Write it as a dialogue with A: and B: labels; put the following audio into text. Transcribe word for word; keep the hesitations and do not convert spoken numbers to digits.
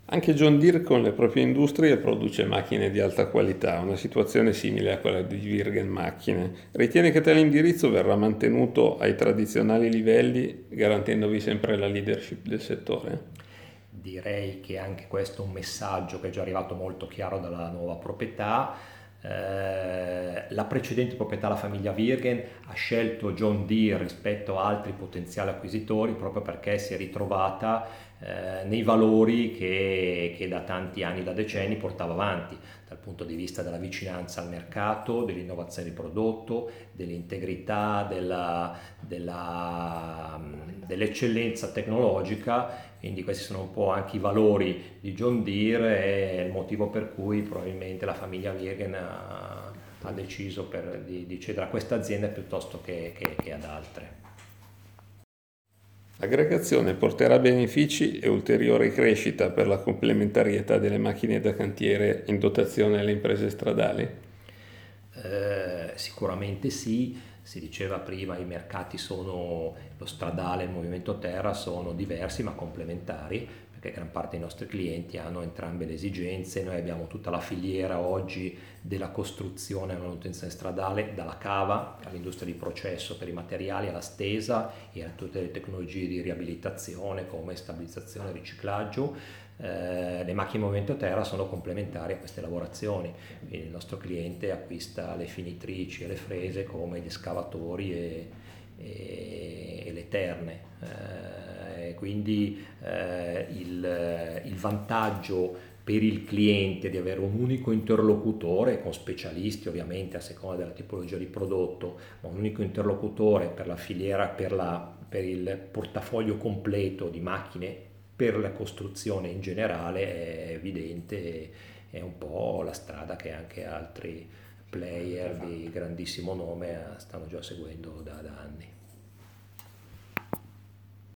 A: Anche John Deere con le proprie industrie produce macchine di alta qualità, una situazione simile a quella di Virgen Macchine. Ritiene che tale indirizzo verrà mantenuto ai tradizionali livelli, garantendovi sempre la leadership del settore?
B: Direi che anche questo è un messaggio che è già arrivato molto chiaro dalla nuova proprietà. Eh, la precedente proprietà, la famiglia Virgen, ha scelto John Deere rispetto a altri potenziali acquisitori proprio perché si è ritrovata eh, nei valori che, che da tanti anni, da decenni portava avanti, dal punto di vista della vicinanza al mercato, dell'innovazione di prodotto, dell'integrità, della, della, dell'eccellenza tecnologica. Quindi questi sono un po' anche i valori di John Deere e il motivo per cui probabilmente la famiglia Virgen ha, ha deciso per, di, di cedere a questa azienda piuttosto che, che, che ad altre.
A: L'aggregazione porterà benefici e ulteriore crescita per la complementarietà delle macchine da cantiere in dotazione alle imprese stradali?
B: Eh, sicuramente sì, si diceva prima i mercati sono lo stradale e il movimento terra sono diversi ma complementari perché gran parte dei nostri clienti hanno entrambe le esigenze. Noi abbiamo tutta la filiera oggi della costruzione e manutenzione stradale, dalla cava all'industria di processo per i materiali, alla stesa e a tutte le tecnologie di riabilitazione come stabilizzazione e riciclaggio. Eh, le macchine in movimento terra sono complementari a queste lavorazioni, quindi il nostro cliente acquista le finitrici e le frese come gli scavatori e, e- e le terne. Eh, quindi eh, il, il vantaggio per il cliente di avere un unico interlocutore, con specialisti ovviamente a seconda della tipologia di prodotto, ma un unico interlocutore per la filiera, per, la, per il portafoglio completo di macchine per la costruzione in generale è evidente, è un po' la strada che anche altri player di grandissimo nome stanno già seguendo da, da anni.